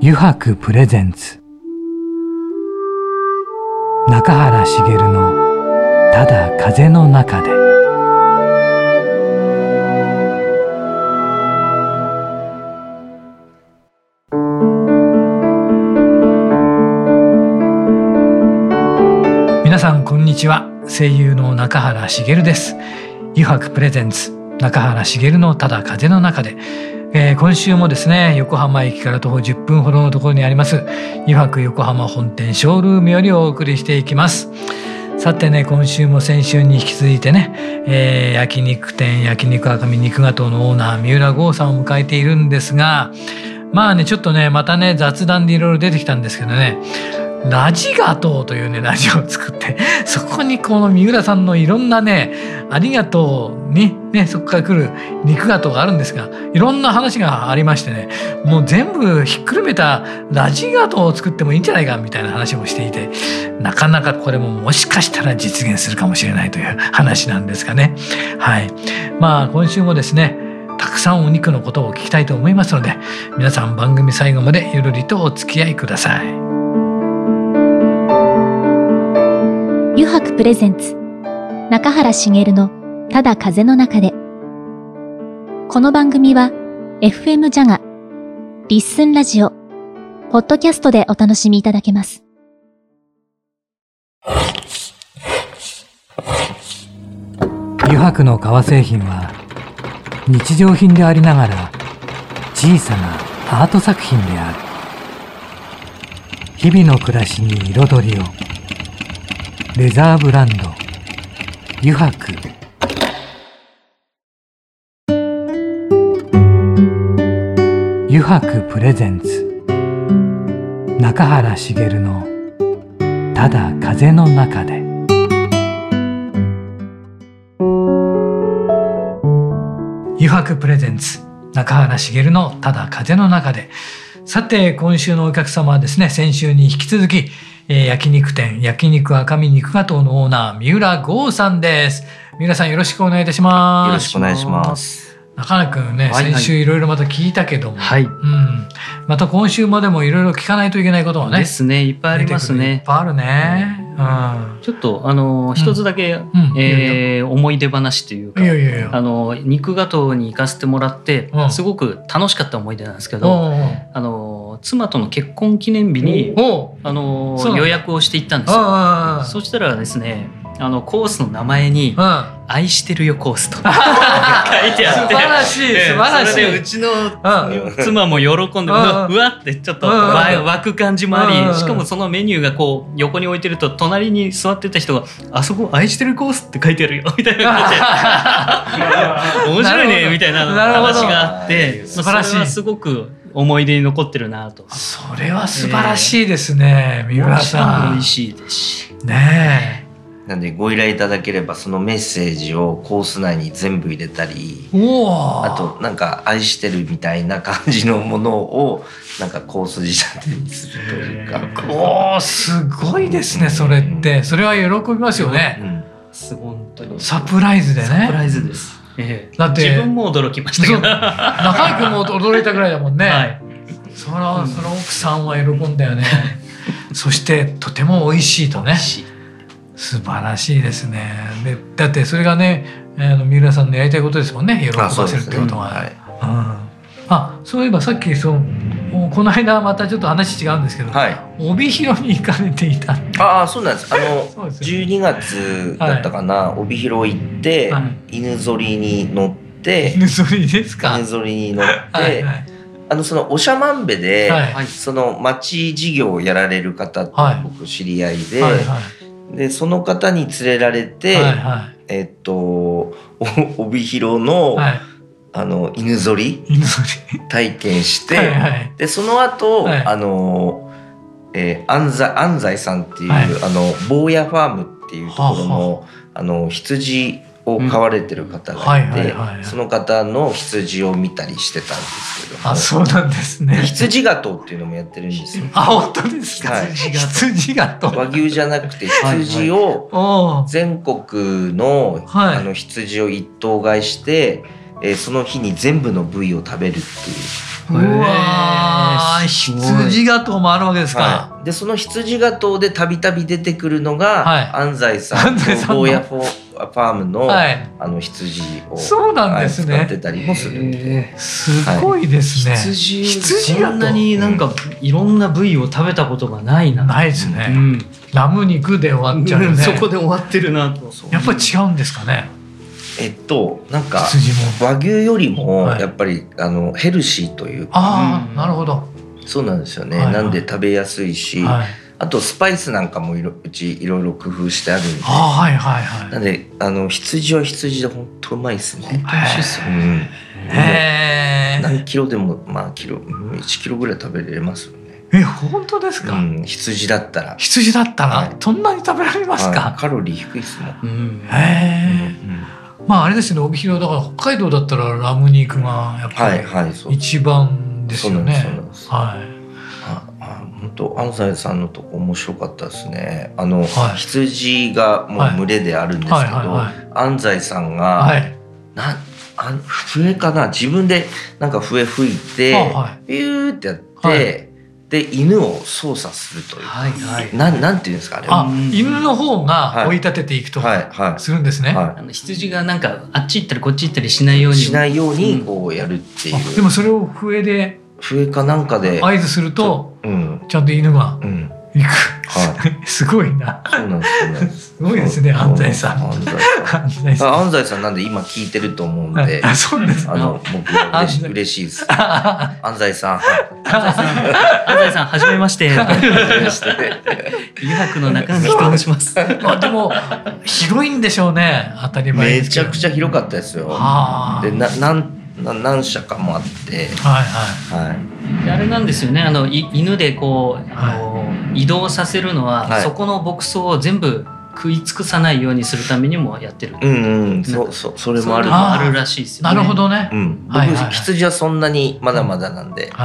油白プレゼンツ中原茂のただ風の中で。皆さんこんにちは。声優の中原茂です。油白プレゼンツ中原茂のただ風の中で、今週もですね、横浜駅から徒歩10分ほどのところにあります油白横浜本店ショールームよりお送りしていきます。さてね、今週も先週に引き続いてね、焼肉店焼肉赤身肉がとうのオーナー三浦剛さんを迎えているんですが、まあね、ちょっとねまたね雑談でいろいろ出てきたんですけどね、ラジガトーというねラジオを作って、そこにこの三浦さんのいろんなねありがとうにね、そこから来る肉ガトーがあるんですが、いろんな話がありましてね、もう全部ひっくるめたラジガトーを作ってもいいんじゃないかみたいな話もしていて、なかなかこれももしかしたら実現するかもしれないという話なんですがね。はい、まあ今週もですねたくさんお肉のことを聞きたいと思いますので、皆さん番組最後までゆるりとお付き合いください。 油白プレゼンツ中原茂のただ風の中で。この番組は FM ジャガ、リッスンラジオ、ポッドキャストでお楽しみいただけます。 油白の革製品は日常品でありながら小さなアート作品である。日々の暮らしに彩りを。レザーブランド油白。油白プレゼンツ中原茂のただ風の中で。油白プレゼンツ中原茂のただ風の中で。さて今週のお客様はですね、先週に引き続き焼肉店焼肉赤身肉がとうのオーナー三浦剛さんです。三浦さんよろしくお願いいたします。 よろしくお願いします。 中原くんね、先週いろいろまた聞いたけども、 はい、 また今週までもいろいろ聞かないといけないことがねですね、いっぱいありますね。 いっぱいあるね。 ちょっと一つだけ、思い出話というか、肉がとうに行かせてもらって、すごく楽しかった思い出なんですけど、妻との結婚記念日に予約をしていったんですよ。そしたらですね、コースの名前に愛してるよコースと書いてあって、 素晴らしい素晴らしい。 それでうちの妻も喜んで、うわってちょっと湧く感じもあり、しかもそのメニューがこう横に置いてると、隣に座ってた人があそこ愛してるコースって書いてあるよみたいな感じで面白いねみたいな話があって、それはすごく思い出に残ってるなと。 それは素晴らしいですね、三浦さん。 美味しいですしねえ。 なんでご依頼いただければそのメッセージをコース内に全部入れたり、あとなんか愛してるみたいな感じのものをなんかコース仕立てにするというか。 すごいですね、それって。それは喜びますよね。 本当にサプライズでね。 サプライズです。 だって自分も驚きましたけど、 中井君も驚いたぐらいだもんね。はい、その奥さんは喜んだよね。そしてとても美味しいとね。素晴らしいですね。でだってそれがね、三浦さんのやりたいことですもんね、喜ばせるってことは。そういえばさっきこの間またちょっと話違うんですけど、帯広に行かれていた。 そうなんです。12月だったかな、帯広行って、犬ぞりに乗って、 犬ぞりですか。 犬ぞりに乗ってその長万部で、その町事業をやられる方と僕知り合いで、でその方に連れられて、帯広の、犬ぞり体験して、でその後、安西さんっていう、坊やファームっていうところの、羊を飼われてる方がいて、その方の羊を見たりしてたんですけども。 そうなんですね。 羊ガトーっていうのもやってるんですよ。 本当ですか。羊ガトー。 和牛じゃなくて羊を全国の羊を一頭買いして、その日に全部の部位を食べるっていううわー、羊ガトーもあるわけですか。 はい、でその羊ガトーでたびたび出てくるのが、はい、安西さんのゴーヤファームの、はい、羊をそうなんですね、 使ってたりもするんで、 すごいですね。 羊がこんなになんかいろんな部位を食べたことがないな。 ないですね、ラム肉で終わっちゃうよね、 そこで終わってるなと。 やっぱり違うんですかね。 なんか和牛よりもやっぱりヘルシーというか、なるほど、 そうなんですよね、はいはい、なんで食べやすいし、はい、あとスパイスなんかもうちいろいろ工夫してあるんで、 はいはいはい、 なんで羊は羊で本当うまいですね。 本当美味しいですよね、何キロでも1キロぐらい食べれますよね。 本当ですか。 羊だったら、 はい、そんなに食べられますか。 はい、カロリー低いですもん。 まああれですね、帯広だから北海道だったらラム肉がやっぱり一番ですよね。はい。 本当安西さんのとこ面白かったですね。羊がもう群れであるんですけど、安西さんが笛かな、自分でなんか笛吹いてピューってやって。で犬を操作するという、なんていうんですかね。 犬の方が追い立てていくとするんですね。 羊がなんかあっち行ったりこっち行ったりしないようにこうやるっていう。 でもそれを笛かなんかで合図するとちゃんと犬が行く。すごいな。 そうなんです。 すごいですね、安西さん。 安西さんなんで今聞いてると思うんで、 そうです。 僕は嬉しいです。安西さんはじめまして。湯泊の中垣と申します。 でも広いんでしょうね、当たり前。 めちゃくちゃ広かったですよ。で何社かもあって、 あれなんですよね。犬でこう移動させるのは、そこの牧草を全部食い尽くさないようにするためにもやってる。それもあるらしいですよね。 なるほどね。 僕羊はそんなにまだまだなんで。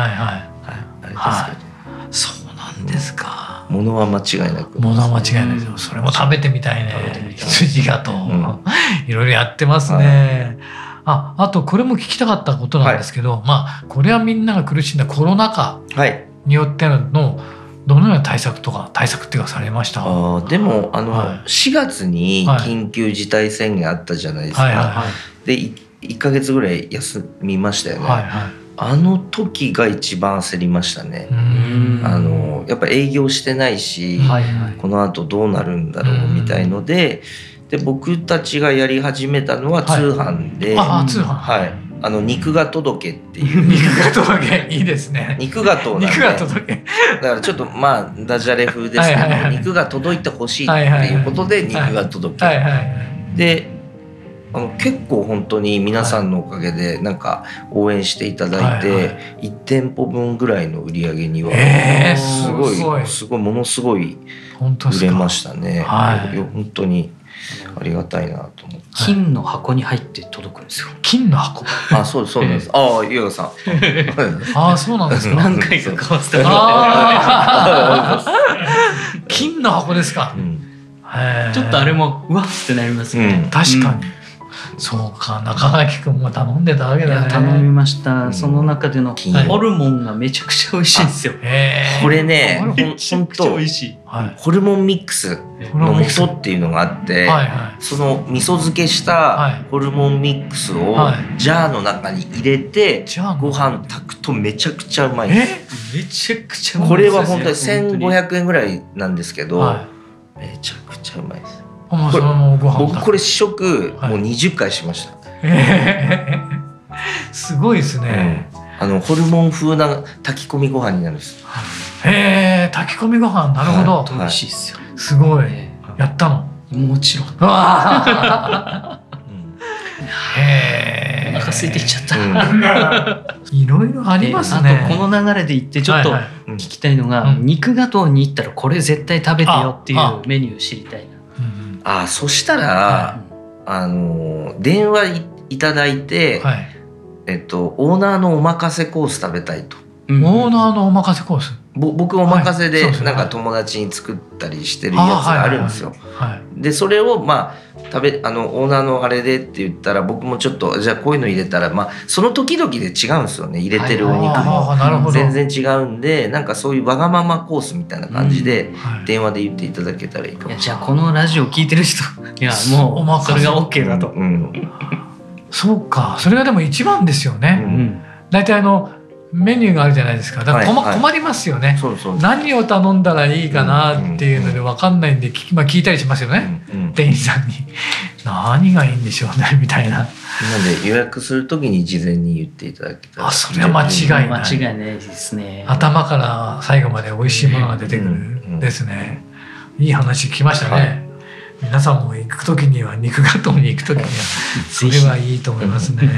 そうなんですか。 物は間違いなく。 物は間違いないですよ。それも食べてみたいね。羊がといろいろやってますね。あとこれも聞きたかったことなんですけど、これはみんなが苦しんだコロナ禍によってのどのような対策っていうかされました？ でも4月に緊急事態宣言あったじゃないですか。で1ヶ月ぐらい休みましたよね。あの時が一番焦りましたね。やっぱ営業してないし、この後どうなるんだろうみたいので。で僕たちがやり始めたのは通販で、肉が届けっていう。 肉が届けいいですね。 肉が届け。だからちょっとダジャレ風ですけど、肉が届いてほしいっていうことで肉が届け。で結構本当に皆さんのおかげでなんか応援していただいて、1店舗分ぐらいの売り上げにはすごいものすごい売れましたね。本当に。ありがたいなと思って。 金の箱に入って届くんですよ。 金の箱。 そうなんです。湯川さん。 そうなんですか。 何回か買わせてもらって。 金の箱ですか。 ちょっとあれもうわってなりますね。 確かに。そうか、中垣君も頼んでたわけだね。 頼みました。その中でのホルモンがめちゃくちゃ美味しいんですよ。 これね、 めちゃくちゃ美味しい。 ホルモンミックスの素っていうのがあって、その味噌漬けしたホルモンミックスをジャーの中に入れてご飯炊くとめちゃくちゃうまいです。 めちゃくちゃうまい。 これは本当に1500円ぐらいなんですけど、めちゃくちゃうまいです。僕これ試食もう20回しました。 すごいですね。 ホルモン風な炊き込みご飯になるんです。 炊き込みご飯、なるほど。 美味しいですよ。 すごい。やったの？ もちろん。お腹空いてきちゃった。 いろいろありますね。 あとこの流れで言ってちょっと聞きたいのが、肉ガトーに行ったらこれ絶対食べてよっていうメニュー知りたいな。 そしたら、電話いただいて、オーナーのお任せコース食べたいと。 オーナーのお任せコース。 僕お任せでなんか友達に作ったりしてるやつがあるんですよ。でそれをまあオーナーのあれでって言ったら僕もちょっとじゃあこういうの入れたら、まあその時々で違うんですよね、入れてるお肉も全然違うんで、なんかそういうわがままコースみたいな感じで電話で言っていただけたらいいかもしれない。 じゃあこのラジオ聞いてる人いやもうそれが OK だと、 そうか、それがでも一番ですよね。大体メニューがあるじゃないですか。だから困りますよね。何を頼んだらいいかなっていうので分かんないんで聞いたりしますよね、店員さんに。何がいいんでしょうねみたいな。なので予約するときに事前に言っていただけたら。 それは間違いない。 間違いないですね。 頭から最後まで美味しいものが出てくるですね。いい話聞きましたね。皆さんも行くときには、肉ガトーに行くときにはそれはいいと思いますね。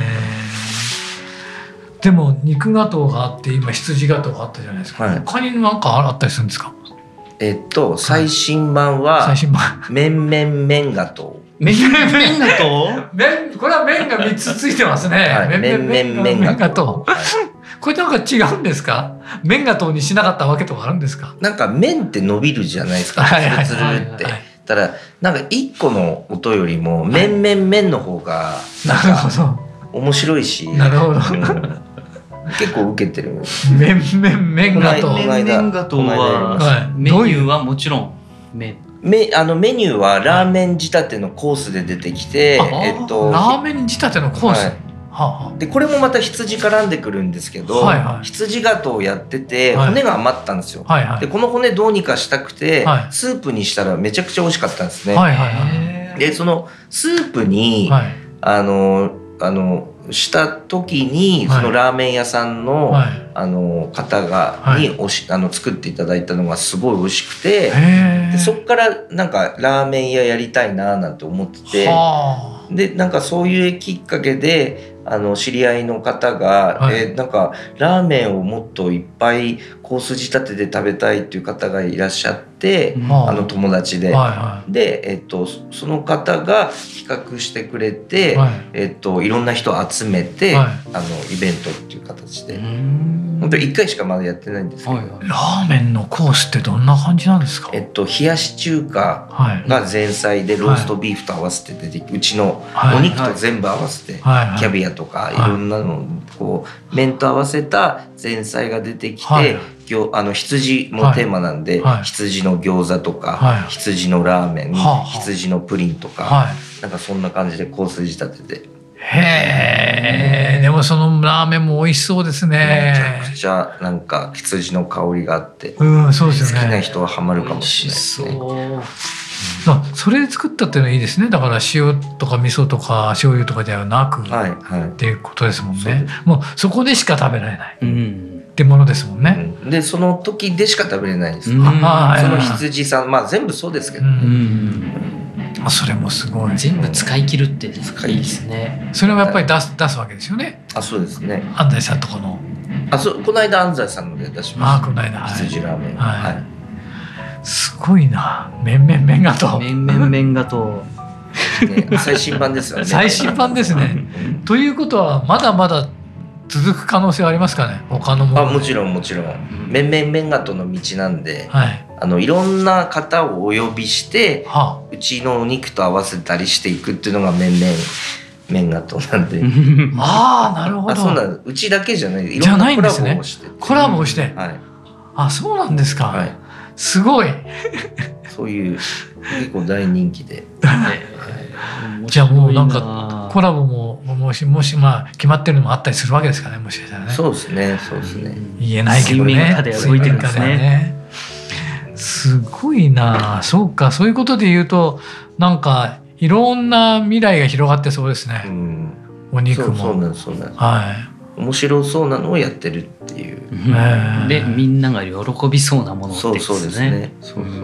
でも肉ガトーがあって今羊ガトーがあったじゃないですか、他に何かあったりするんですか？ 最新版は麺麺ガトー。 麺麺ガトー？これは麺が3つついてますね。麺ガトー。これなんか違うんですか？麺ガトーにしなかったわけとかあるんですか？ なんか麺って伸びるじゃないですか。ツルツルって。ただなんか1個の音よりも麺の方がなんか面白いし。 なるほど。 結構受けてる。 麺ガトー。 麺ガトーはメニューはもちろん麺。 メニューはラーメン仕立てのコースで出てきて、 ラーメン仕立てのコース。 でこれもまた羊絡んでくるんですけど、羊ガトーをやってて骨が余ったんですよ。でこの骨どうにかしたくてスープにしたらめちゃくちゃ美味しかったんですね。でそのスープにした時にそのラーメン屋さんの方に作っていただいたのがすごい美味しくて、でそっからなんかラーメン屋やりたいななんて思ってて、でなんかそういうきっかけで知り合いの方がなんかラーメンをもっといっぱいコース仕立てで食べたいっていう方がいらっしゃって、友達で、でその方が企画してくれて、いろんな人を集めてイベントっていう形で本当1回しかまだやってないんですけど、 ラーメンのコースってどんな感じなんですか？ 冷やし中華が前菜でローストビーフと合わせて出てきて、うちのお肉と全部合わせてキャビアとかいろんなのこう麺と合わせた前菜が出てきて、羊もテーマなんで、羊の餃子とか、羊のラーメン、羊のプリンとか、なんかそんな感じでコース仕立てて。 へえ。でもそのラーメンも美味しそうですね。 めちゃくちゃなんか羊の香りがあって、 そうですよね。 好きな人はハマるかもしれないですね。 それで作ったっていうのはいいですね。だから塩とか味噌とか醤油とかではなく、っていうことですもんね。もうそこでしか食べられない、ってものですもんね。 でその時でしか食べれないです。その羊さん、全部そうですけどね。 それもすごい。 全部使い切るっていいですね。 それをやっぱり出すわけですよね。 そうですね。 安西さんとこの。 この間安西さんので出しました。 この間。 羊ラーメン。 すごいな。麺ガトー。 麺ガトー。最新版ですよね。 最新版ですね。ということはまだまだ続く可能性はありますかね。他のもの。 もちろん。麺ガトーの道なんで、いろんな方をお呼びして、うちのお肉と合わせたりしていくっていうのが麺ガトーなんで。 なるほど。 そうなんです。うちだけじゃない。いろんなコラボをして。 コラボをして。そうなんですか。すごい。 そういう結構大人気で。 じゃあもうなんかコラボももし決まってるのもあったりするわけですかね、もしかしたらね。 そうですね。 言えないけどね。 水面下で動いてるんですね。 すごいな。そうか、そういうことで言うとなんかいろんな未来が広がってそうですね。お肉も。 そうなんです。面白そうなのをやってるっていう。 でみんなが喜びそうなものってそうですね。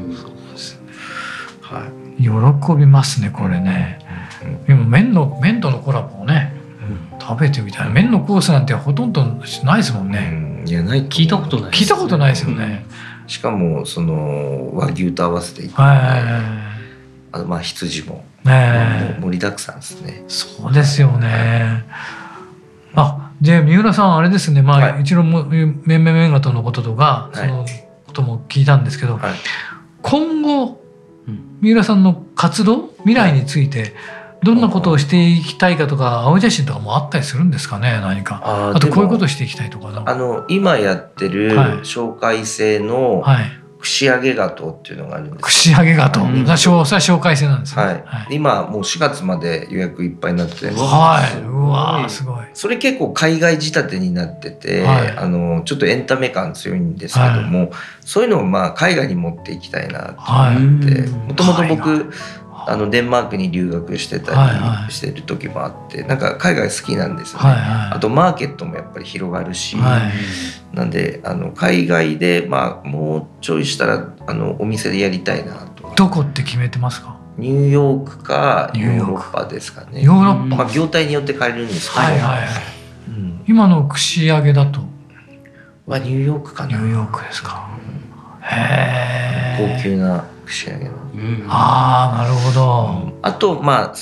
喜びますね、これね。でも麺とのコラボをね、食べてみたい。麺のコースなんてほとんどないですもんね。 いや、ない。 聞いたことないですよね。 しかもその和牛と合わせていく。羊も盛りだくさんですね。 そうですよね。で三浦さんあれですね。うちの麺ガトーのこととか、そのことも聞いたんですけど、 はい、 今後三浦さんの活動未来についてどんなことをしていきたいかとか青写真とかもあったりするんですかね。何かあとこういうことをしていきたいとか今やってる紹介制の串揚げガトーっていうのがあるんです。 串揚げガトー、紹介制なんですね。 はい、今もう4月まで予約いっぱいになってて、 はい、うわすごい。 それ結構海外仕立てになってて、ちょっとエンタメ感強いんですけども、そういうのを海外に持っていきたいなと思って、もともと僕デンマークに留学してたりしてる時もあって、なんか海外好きなんですよね。あとマーケットもやっぱり広がるし、なんで海外でもうちょいしたらお店でやりたいなと。 どこって決めてますか？ ニューヨークかヨーロッパですかね。 ヨーロッパ、 業態によって変えるんですけど、 今の串揚げだとはニューヨークかな。 ニューヨークですか。へえ。高級な串揚げの。 ああ、なるほど。 あと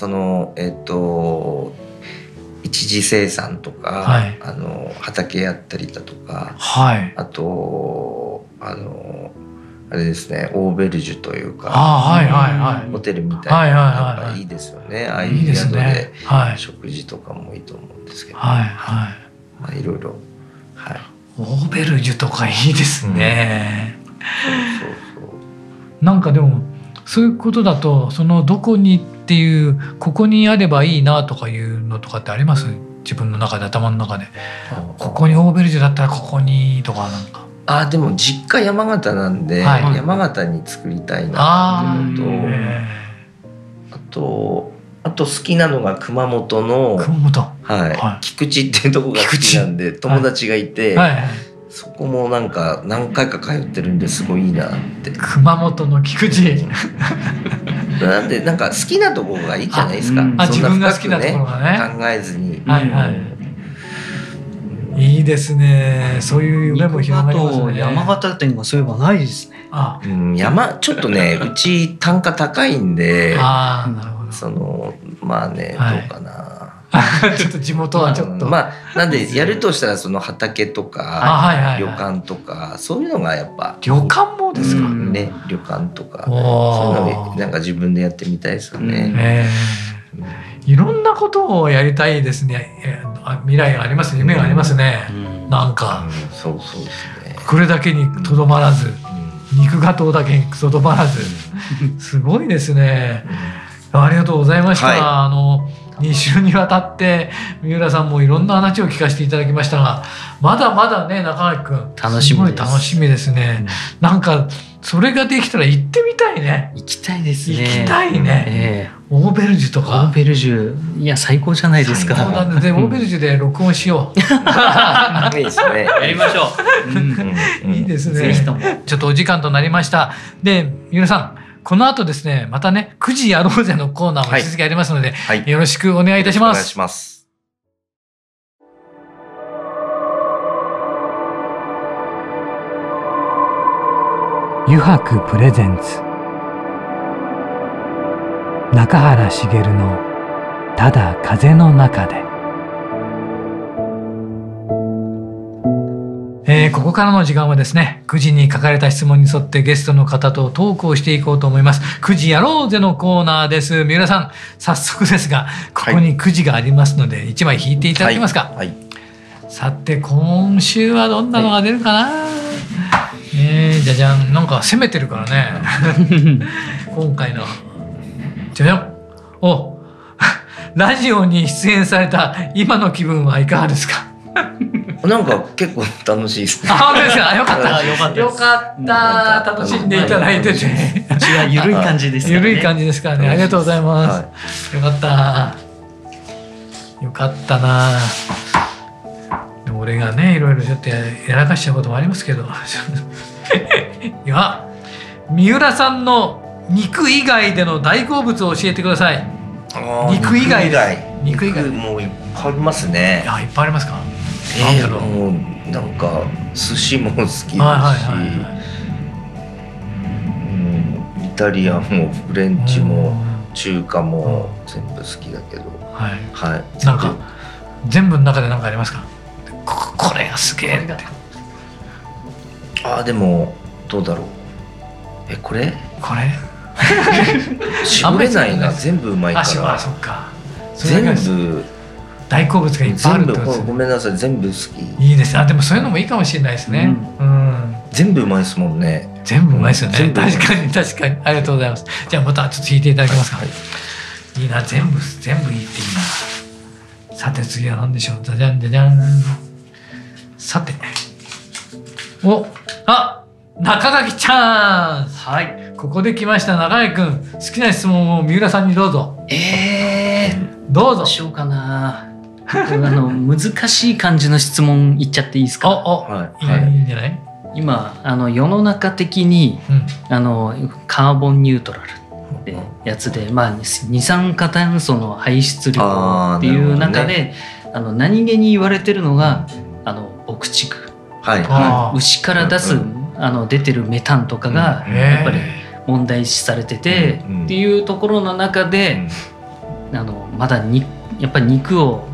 一次生産とか、畑やったりだとか、あとあれですね、オーベルジュというか、ホテルみたいな、いいですよね。ああいう宿で食事とかもいいと思うんですけど、いろいろ。 オーベルジュとかいいですね。なんかでもそういうことだと、どこにっていうここにあればいいなとかいうのとかってあります？自分の中で、頭の中でここにオーベルジュだったらここにとか。なんかでも実家山形なんで、山形に作りたいなっていうのと、あと好きなのが熊本の菊池っていうとこが好きなんで、友達がいて、そこもなんか何回か通ってるんですごいいいなって。 熊本の菊池なんでなんか好きなところがいいじゃないですか。 自分が好きなところがね、 考えずに。 いいですね。そういう夢も広がりますね。 山形店がそういえばないですね。 ちょっとね、うち単価高いんで、 なるほど。 どうかな。 ちょっと地元はちょっとなんでやるとしたら畑とか旅館とかそういうのがやっぱ。 旅館もですかね。旅館とかそういうのなんか自分でやってみたいですよね。 いろんなことをやりたいですね。未来がありますね。夢がありますね。なんかそうですね。 これだけにとどまらず、肉ガトーだけにとどまらず、すごいですね。ありがとうございました。2週にわたって三浦さんもいろんな話を聞かせていただきましたが、まだまだね、中垣君すごい楽しみですね。なんかそれができたら行ってみたいね。 行きたいですね。 行きたいね。オーベルジュとか。 オーベルジュ、いや最高じゃないですか。 最高なんで、オーベルジュで録音しよう。 いいですね。 やりましょう。いいですね。 ぜひとも。 ちょっとお時間となりました。で、三浦さん、この後ですね、またね、9時やろうぜのコーナーも続きありますので、よろしくお願いいたします。 お願いします。 油白プレゼンツ中原茂のただ風の中で。ここからの時間はですね、9時に書かれた質問に沿ってゲストの方とトークをしていこうと思います。9時やろうぜのコーナーです。三浦さん、早速ですが、ここに9時がありますので、1枚引いていただけますか。さて、今週はどんなのが出るかな。じゃじゃん、なんか攻めてるからね。今回の。じゃじゃん。ラジオに出演された今の気分はいかがですか。 なんか結構楽しいですね。 本当ですか。よかった。よかった。楽しんでいただいてて。 うちは緩い感じですからね。 緩い感じですからね。ありがとうございます。よかった。よかったな。でも俺がね、いろいろちょっとやらかしちゃうこともありますけど。いや、三浦さんの肉以外での大好物を教えてください。肉以外。 肉以外もういっぱいありますね。 いっぱいありますか。 もうなんか寿司も好きですし、イタリアンもフレンチも中華も全部好きだけど、 なんか全部の中で何かありますか。これがすげえって。 でもどうだろう。これ絞れないな。全部うまいから。 あ、そっか。 全部大好物がいっぱいあるってことですね。 ごめんなさい、全部好き。 いいですね。でもそういうのもいいかもしれないですね。 全部うまいですもんね。 全部うまいですよね。確かにありがとうございます。じゃあまたちょっと弾いていただけますか。いいな、全部いいっていいな。さて次は何でしょう。じゃじゃんじゃじゃん。さて、中垣チャンス。はい、ここで来ました。中垣くん、好きな質問を三浦さんにどうぞ。どうぞ。 どうしようかな。難しい感じの質問言っちゃっていいですか。 いいんじゃない。 今世の中的に、カーボンニュートラルってやつで、二酸化炭素の排出量っていう中で、何気に言われてるのが牧畜、牛から出す出てるメタンとかがやっぱり問題視されてて、っていうところの中で、まだやっぱり肉を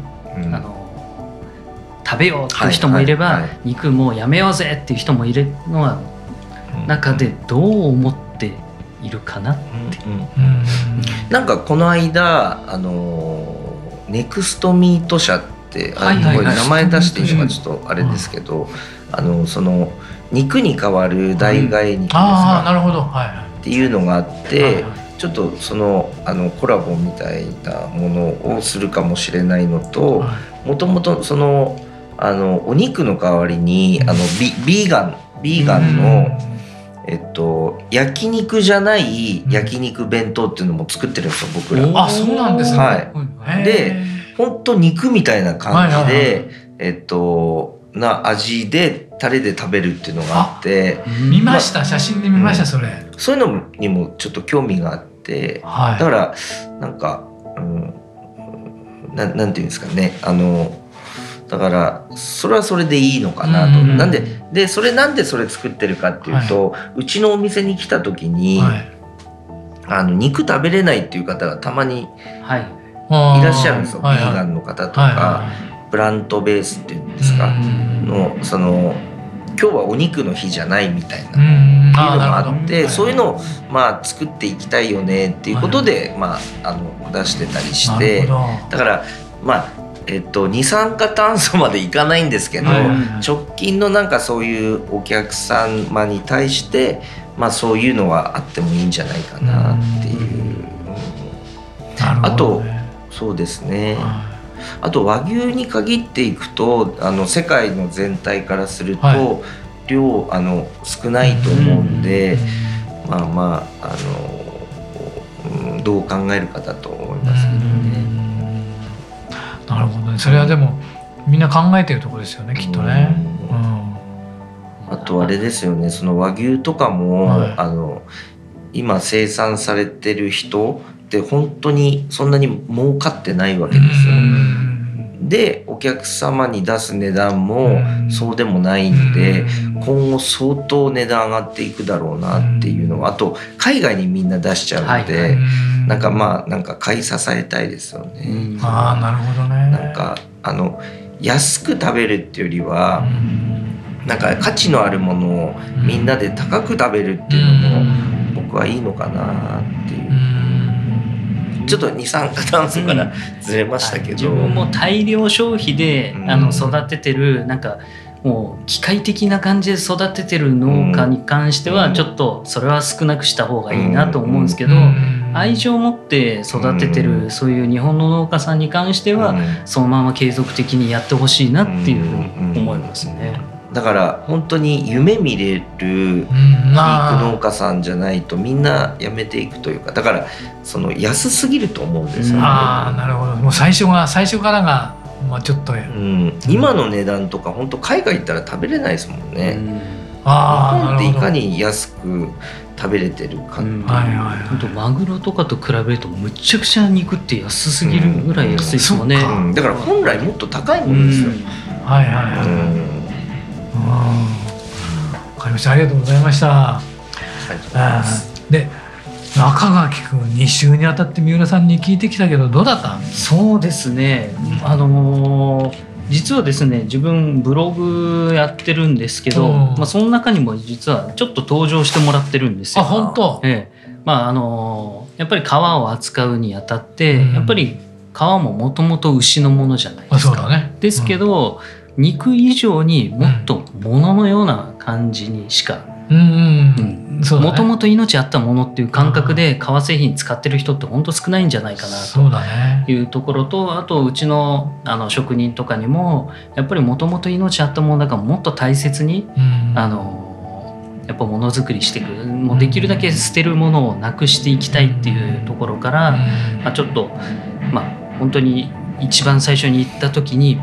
食べようっていう人もいれば、肉もうやめようぜっていう人もいるのは中でどう思っているかなって。 なんかこの間ネクストミート社って名前出していいのかちょっとあれですけど、その肉に代わる代替肉ですかっていうのがあって、ちょっとそのコラボみたいなものをするかもしれないのと、もともとそのお肉の代わりにビーガンの焼肉じゃない焼肉弁当っていうのも作ってるんですよ、僕ら。 そうなんですね。 で本当肉みたいな感じでな味でタレで食べるっていうのがあって、 見ました、写真で見ました。そういうのにもちょっと興味があって、だからなんかなんていうんですかね、だからそれはそれでいいのかなと。なんでそれ作ってるかっていうと、うちのお店に来た時に肉食べれないっていう方がたまにいらっしゃるんですよ。ビーガンの方とかプラントベースっていうんですかの、その今日はお肉の日じゃないみたいなっていうのがあって、そういうのを作っていきたいよねっていうことで出してたりして、だから二酸化炭素までいかないんですけど、直近のなんかそういうお客様に対してそういうのはあってもいいんじゃないかなっていう。あとそうですね、あと和牛に限っていくと世界の全体からすると量少ないと思うんで、どう考えるかだと思いますけどね。 なるほどね。それはでもみんな考えてるところですよね、きっとね。 あとあれですよね、その和牛とかも、今生産されてる人って本当にそんなに儲かってないわけですよ。でお客様に出す値段もそうでもないんで、今後相当値段上がっていくだろうなっていうのは、あと海外にみんな出しちゃうので、なんか買い支えたいですよね。 なるほどね。 なんか安く食べるっていうよりは、なんか価値のあるものをみんなで高く食べるっていうのも僕はいいのかなっていう。ちょっと二酸化炭素からずれましたけど、 自分も大量消費で育ててる、なんかもう機械的な感じで育ててる農家に関してはちょっとそれは少なくした方がいいなと思うんですけど、愛情を持って育ててるそういう日本の農家さんに関してはそのまま継続的にやってほしいなっていうふうに思いますね。 だから本当に夢見れる肉農家さんじゃないとみんなやめていくというか、だからその安すぎると思うんですよね。 なるほど。もう最初からがちょっと、 今の値段とか本当海外行ったら食べれないですもんね。日本っていかに安く食べれてるかっていう。 本当マグロとかと比べるとむちゃくちゃ肉って安すぎるぐらい安いですもんね。 だから本来もっと高いものですよ。 わかりました。ありがとうございました。で、中垣くん2週にあたって三浦さんに聞いてきたけどどうだった？ そうですね。 実はですね、自分ブログやってるんですけど、その中にも実はちょっと登場してもらってるんですよ。 あ、本当。 やっぱり革を扱うにあたって、やっぱり革ももともと牛のものじゃないですか。 そうだね。 ですけど、肉以上にもっと物のような感じにしか、もともと命あったものっていう感覚で革製品使ってる人って本当少ないんじゃないかなというところと、あとうちの職人とかにもやっぱりもともと命あったものだからもっと大切に、やっぱものづくりしていく、もうできるだけ捨てるものをなくしていきたいっていうところから、ちょっと本当に一番最初に行った時に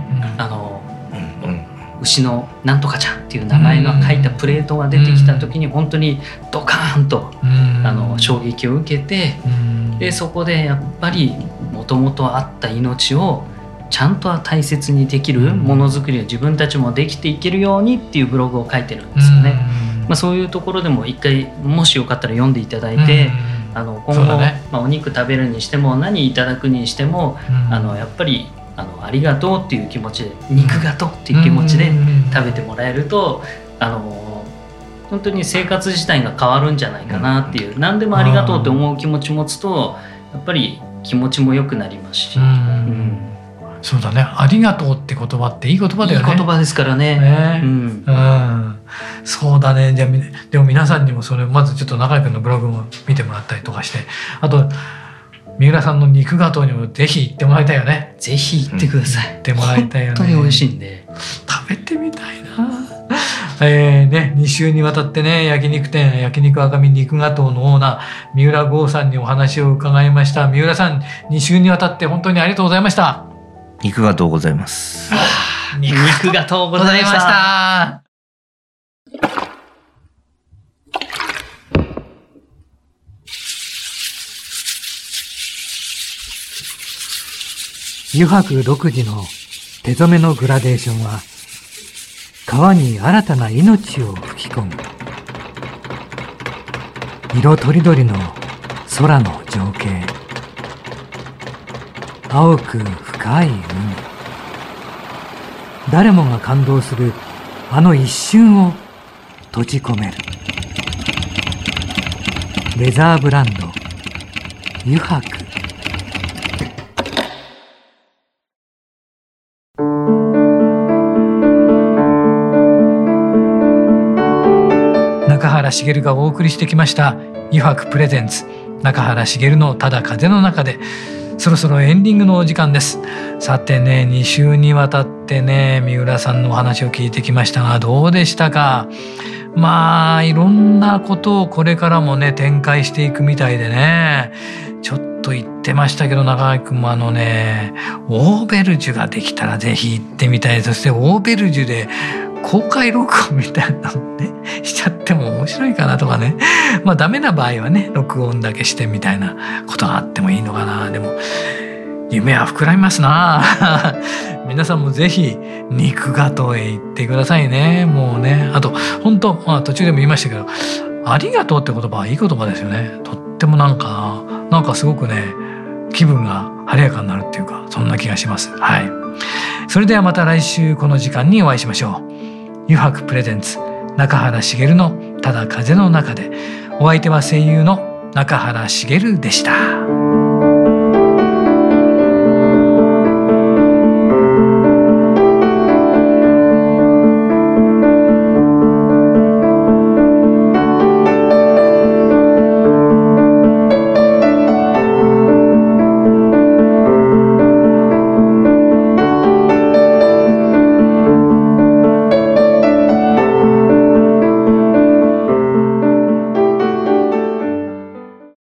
牛のなんとかちゃんっていう名前の書いたプレートが出てきた時に本当にドカーンと衝撃を受けて、でそこでやっぱりもともとあった命をちゃんと大切にできるものづくりを自分たちもできていけるようにっていうブログを書いてるんですよね。そういうところでも一回もしよかったら読んでいただいて、今後、お肉食べるにしても何いただくにしても、やっぱりありがとうっていう気持ちで、肉がとうっていう気持ちで食べてもらえると、本当に生活自体が変わるんじゃないかなっていう、何でもありがとうって思う気持ち持つとやっぱり気持ちも良くなりますし、 そうだね、ありがとうって言葉っていい言葉だよね。 いい言葉ですからね。 そうだね。じゃあでも皆さんにもそれまずちょっと中井くんのブログも見てもらったりとかして、あと三浦さんの肉ガトーにもぜひ行ってもらいたいよね。 ぜひ行ってください。 行ってもらいたいよね。 本当に美味しいんで食べてみたいな。2週にわたってね、焼肉店焼肉赤身肉ガトーのオーナー三浦剛さんにお話を伺いました。三浦さん、2週にわたって本当にありがとうございました。 肉ガトーございます。 肉ガトーございました。 油白独自の手染めのグラデーションは川に新たな命を吹き込む。色とりどりの空の情景、青く深い海、誰もが感動するあの一瞬を閉じ込める。レザーブランド油白。中原茂がお送りしてきました油白プレゼンツ中原茂のただ風の中で、そろそろエンディングのお時間です。さてね、2週にわたってね、三浦さんのお話を聞いてきましたが、どうでしたか？いろんなことをこれからもね展開していくみたいでね、ちょっと言ってましたけど、中井くんもオーベルジュができたらぜひ行ってみたい。そしてオーベルジュで公開録音みたいなのねしちゃっても面白いかなとかね、ダメな場合はね録音だけしてみたいなことがあってもいいのかな。でも夢は膨らみますな皆さんもぜひ肉ガトーへ行ってくださいね。もうね、あと本当、途中でも言いましたけど、ありがとうって言葉はいい言葉ですよね。とってもなんかすごくね気分が晴れやかになるっていうか、そんな気がします。はい。それではまた来週この時間にお会いしましょう。油白プレゼンツ中原茂のただ風の中で。お相手は声優の中原茂でした。